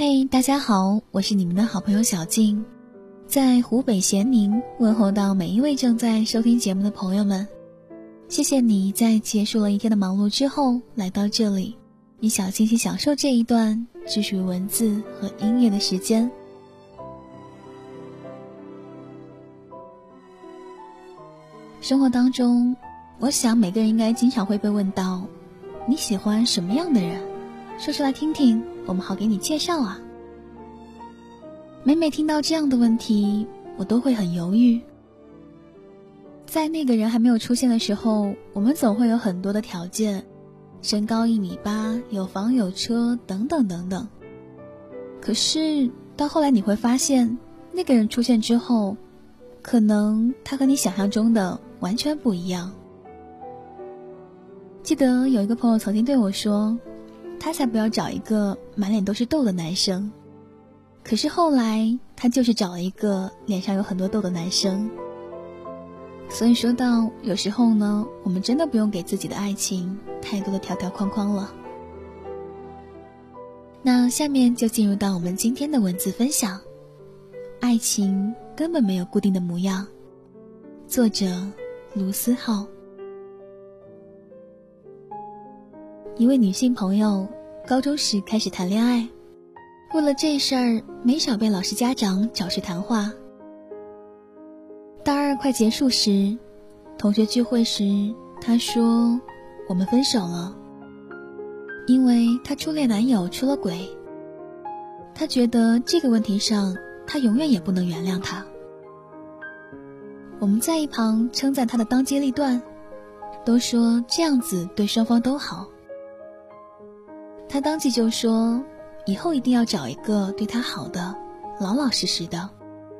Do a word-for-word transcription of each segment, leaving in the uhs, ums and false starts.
嘿、hey, 大家好，我是你们的好朋友小静，在湖北咸宁问候到每一位正在收听节目的朋友们。谢谢你在结束了一天的忙碌之后来到这里，与小静一起享受这一段只属于文字和音乐的时间。生活当中，我想每个人应该经常会被问到，你喜欢什么样的人？说出来听听，我们好给你介绍啊。每每听到这样的问题，我都会很犹豫。在那个人还没有出现的时候，我们总会有很多的条件，身高一米八，有房有车，等等等等。可是到后来你会发现，那个人出现之后，可能他和你想象中的完全不一样。记得有一个朋友曾经对我说，他才不要找一个满脸都是痘的男生。可是后来他就是找了一个脸上有很多痘的男生。所以说到有时候呢，我们真的不用给自己的爱情太多的条条框框了。那下面就进入到我们今天的文字分享。爱情根本没有固定的模样，作者卢思浩。一位女性朋友高中时开始谈恋爱，为了这事儿没少被老师家长找去谈话。大二快结束时，同学聚会时，她说我们分手了，因为她初恋男友出了轨。她觉得这个问题上她永远也不能原谅他。我们在一旁称赞她的当机立断，都说这样子对双方都好。她当即就说以后一定要找一个对她好的，老老实实的。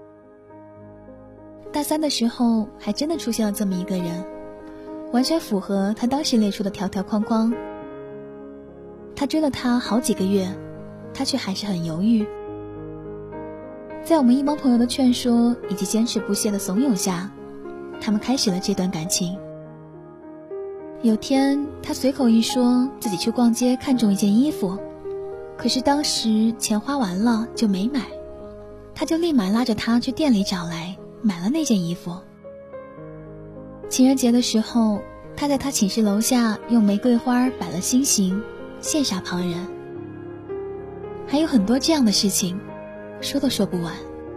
大三的时候还真的出现了这么一个人，完全符合她当时列出的条条框框。她追了他好几个月，他却还是很犹豫。在我们一帮朋友的劝说以及坚持不懈的怂恿下，他们开始了这段感情。有天他随口一说自己去逛街看中一件衣服，可是当时钱花完了就没买，他就立马拉着他去店里找来买了那件衣服。情人节的时候，他在他寝室楼下用玫瑰花摆了心形，羡煞旁人。还有很多这样的事情，说都说不完。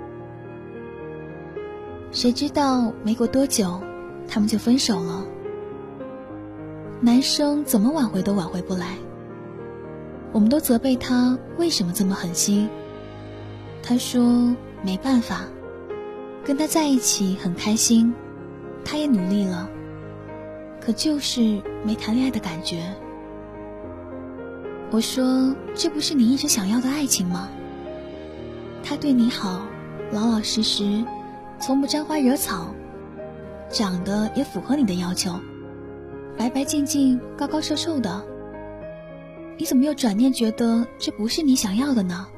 谁知道没过多久，他们就分手了。男生怎么挽回都挽回不来，我们都责备他为什么这么狠心。他说没办法，跟他在一起很开心，他也努力了，可就是没谈恋爱的感觉。我说这不是你一直想要的爱情吗？他对你好，老老实实，从不沾花惹草，长得也符合你的要求，白白净净，高高瘦瘦的，你怎么又转念觉得这不是你想要的呢？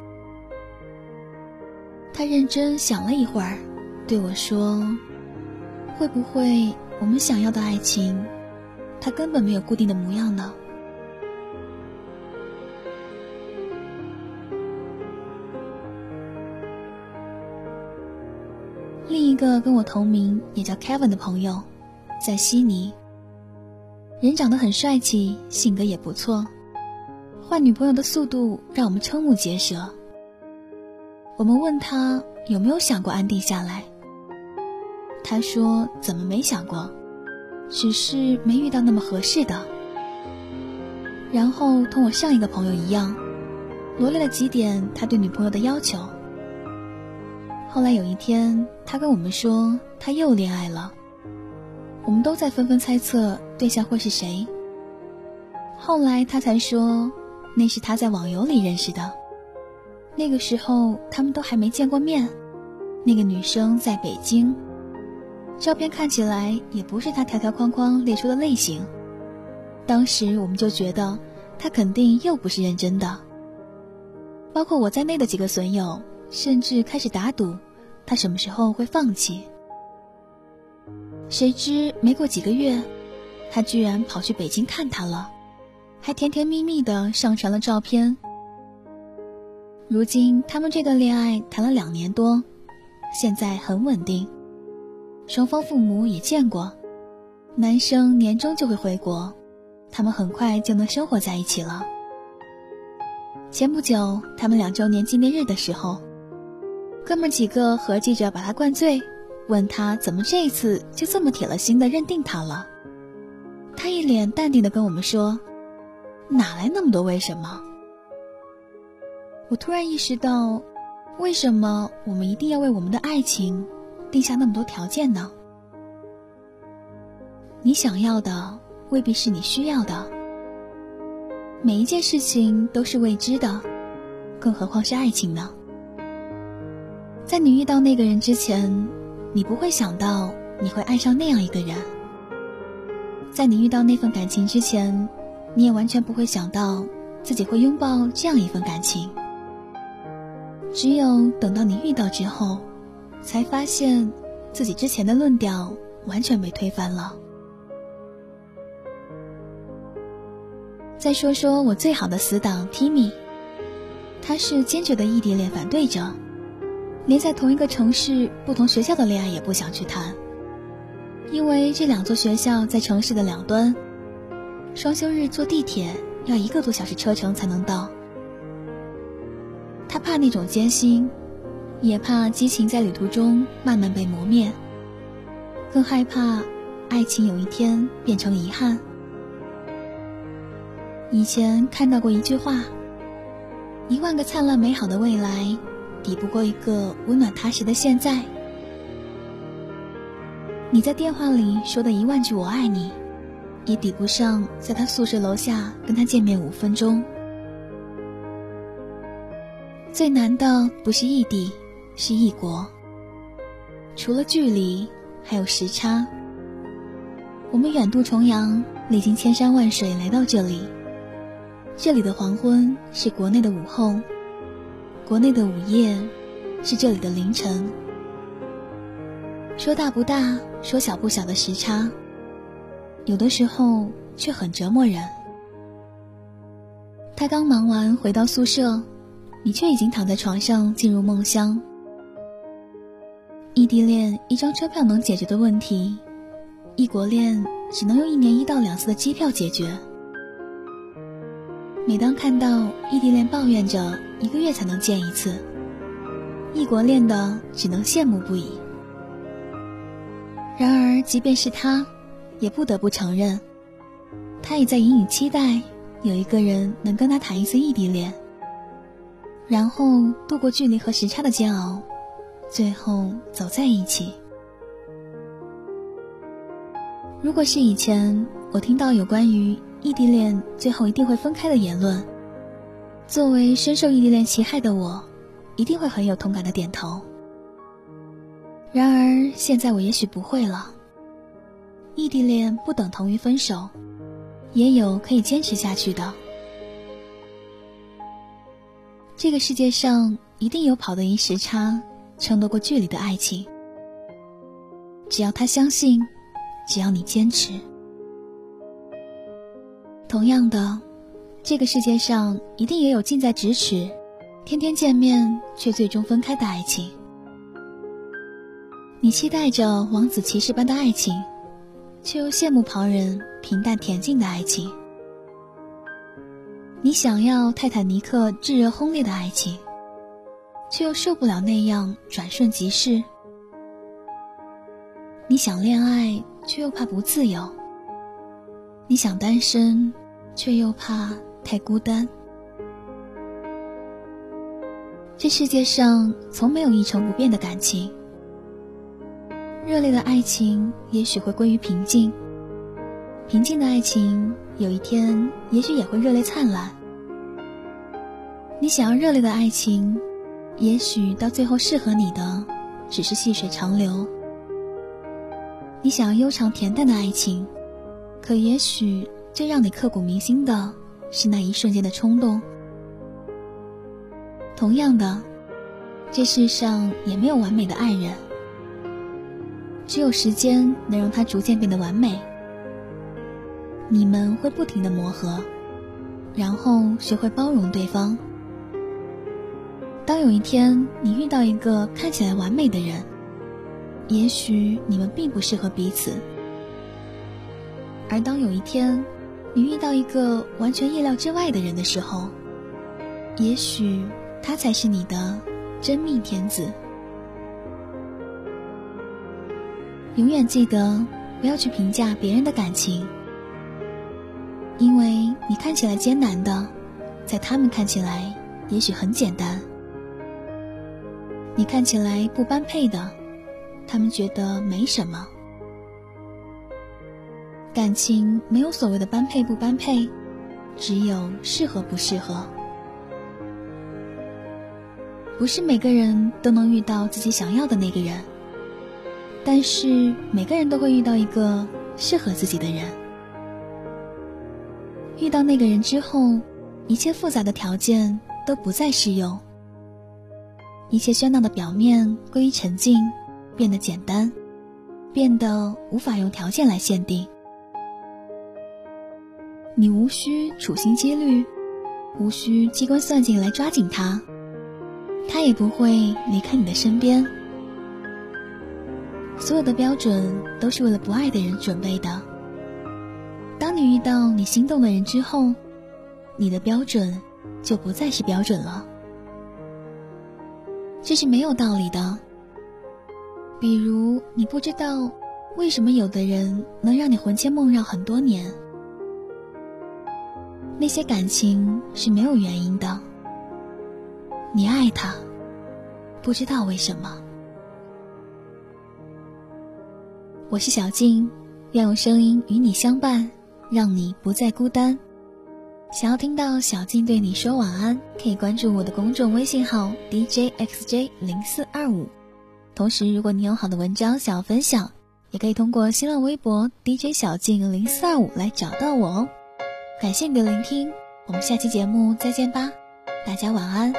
他认真想了一会儿，对我说，会不会我们想要的爱情，它根本没有固定的模样呢？另一个跟我同名也叫 Kevin 的朋友，在悉尼，人长得很帅气，性格也不错，换女朋友的速度让我们瞠目结舌。我们问他有没有想过安定下来，他说怎么没想过，只是没遇到那么合适的。然后同我上一个朋友一样，罗列了几点他对女朋友的要求。后来有一天，他跟我们说他又恋爱了，我们都在纷纷猜测对象会是谁。后来他才说那是他在网游里认识的，那个时候他们都还没见过面，那个女生在北京，照片看起来也不是他条条框框列出的类型。当时我们就觉得他肯定又不是认真的，包括我在内的几个损友甚至开始打赌他什么时候会放弃。谁知没过几个月，他居然跑去北京看他了，还甜甜蜜蜜地上传了照片。 如今他们这段恋爱谈了两年多，现在很稳定，双方父母也见过，男生年终就会回国，他们很快就能生活在一起了。前不久他们两周年纪念日的时候，哥们几个合计着把他灌醉，问他怎么这一次就这么铁了心地认定他了。他一脸淡定地跟我们说，哪来那么多为什么。我突然意识到，为什么我们一定要为我们的爱情定下那么多条件呢？你想要的未必是你需要的，每一件事情都是未知的，更何况是爱情呢？在你遇到那个人之前，你不会想到你会爱上那样一个人。在你遇到那份感情之前，你也完全不会想到自己会拥抱这样一份感情。只有等到你遇到之后，才发现自己之前的论调完全被推翻了。再说说我最好的死党 Timmy， 他是坚决的异地恋反对者，连在同一个城市不同学校的恋爱也不想去谈，因为这两座学校在城市的两端，双休日坐地铁要一个多小时车程才能到。他怕那种艰辛，也怕激情在旅途中慢慢被磨灭，更害怕爱情有一天变成遗憾。以前看到过一句话，一万个灿烂美好的未来抵不过一个温暖踏实的现在。你在电话里说的一万句我爱你，也抵不上在他宿舍楼下跟他见面五分钟。最难的不是异地，是异国。除了距离，还有时差。我们远渡重洋，历经千山万水来到这里。这里的黄昏是国内的午后，国内的午夜是这里的凌晨。说大不大，说小不小的时差，有的时候却很折磨人。他刚忙完回到宿舍，你却已经躺在床上进入梦乡。异地恋一张车票能解决的问题，异国恋只能用一年一到两次的机票解决。每当看到异地恋抱怨着一个月才能见一次，异国恋的只能羡慕不已。然而即便是他，也不得不承认，他也在隐隐期待有一个人能跟他谈一次异地恋，然后度过距离和时差的煎熬，最后走在一起。如果是以前我听到有关于异地恋最后一定会分开的言论，作为深受异地恋其害的我，一定会很有同感的点头。然而现在我也许不会了。异地恋不等同于分手，也有可以坚持下去的。这个世界上一定有跑得赢时差，撑得过距离的爱情。只要他相信，只要你坚持。同样的，这个世界上一定也有近在咫尺，天天见面却最终分开的爱情。你期待着王子骑士般的爱情，却又羡慕旁人平淡恬静的爱情。你想要泰坦尼克炙热轰烈的爱情，却又受不了那样转瞬即逝。你想恋爱，却又怕不自由。你想单身，却又怕太孤单。这世界上从没有一成不变的感情，热烈的爱情也许会归于平静，平静的爱情有一天也许也会热烈灿烂。你想要热烈的爱情，也许到最后适合你的只是细水长流。你想要悠长恬淡的爱情，可也许最让你刻骨铭心的是那一瞬间的冲动。同样的，这世上也没有完美的爱人，只有时间能让它逐渐变得完美。你们会不停地磨合，然后学会包容对方。 当有一天你遇到一个看起来完美的人，也许你们并不适合彼此，而当有一天你遇到一个完全意料之外的人的时候，也许他才是你的真命天子。永远记得不要去评价别人的感情，因为你看起来艰难的，在他们看起来也许很简单。你看起来不般配的，他们觉得没什么。感情没有所谓的般配不般配，只有适合不适合。不是每个人都能遇到自己想要的那个人，但是每个人都会遇到一个适合自己的人。遇到那个人之后，一切复杂的条件都不再适用，一切喧闹的表面归于沉静，变得简单，变得无法用条件来限定。你无需处心积虑，无需机关算尽来抓紧他，他也不会离开你的身边。所有的标准都是为了不爱的人准备的。当你遇到你心动的人之后，你的标准就不再是标准了。这是没有道理的。比如你不知道为什么有的人能让你魂牵梦绕很多年，那些感情是没有原因的。你爱他，不知道为什么。我是小静，愿用声音与你相伴，让你不再孤单。想要听到小静对你说晚安，可以关注我的公众微信号 D J X J 零四二五。同时如果你有好的文章想要分享，也可以通过新浪微博 D J 小静零四二五来找到我哦。感谢你的聆听，我们下期节目再见吧，大家晚安。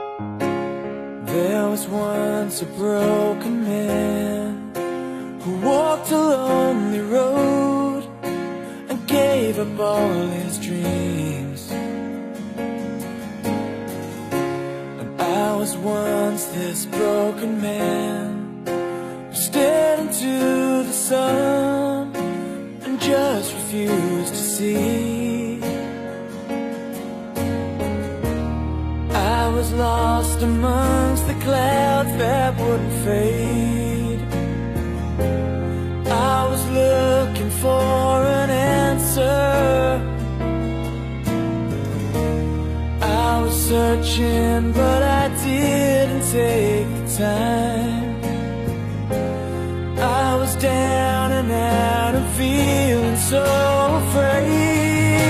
There was once a broken man who walked a lonely road and gave up all his dreams. And I was once this broken man who stared into the sun and just refused to see. I was lost amongst the clouds that wouldn't fade. I was looking for an answer. I was searching, but I didn't take the time. I was down and out and feeling so afraid.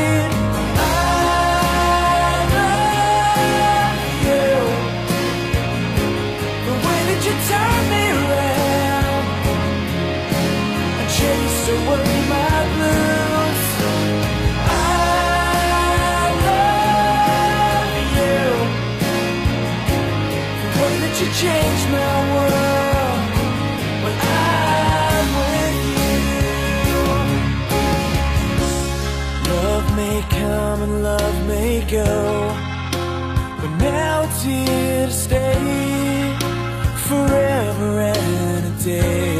Turn me around and chase away my blues. I love you, the way that you changed my world when I'm with you. Love may come and love may go, but now it's here to stay forever and a day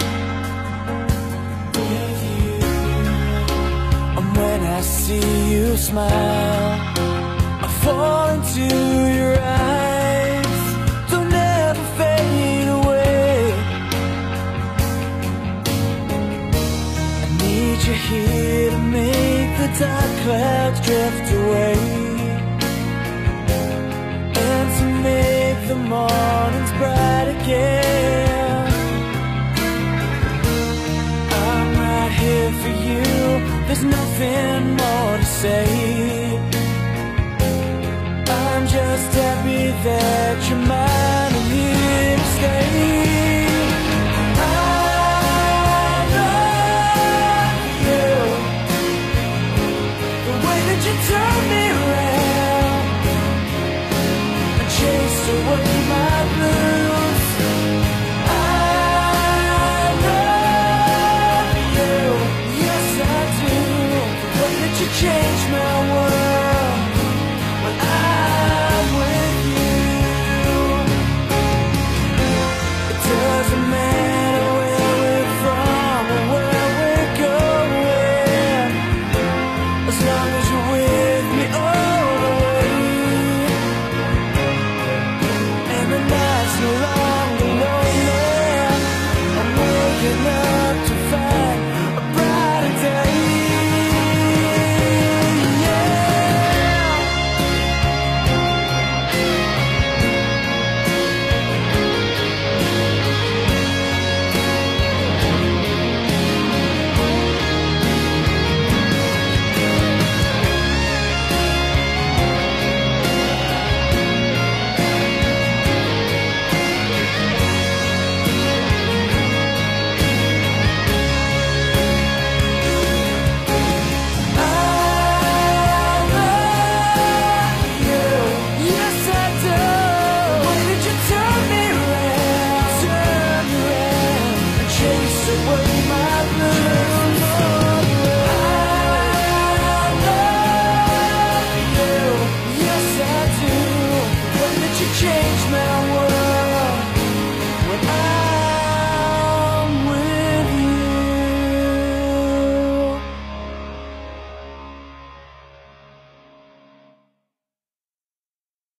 with you. And when I see you smile, I fall into your eyes. They'll never fade away. I need you here to make the dark clouds drift away, and to make the mornings bright again.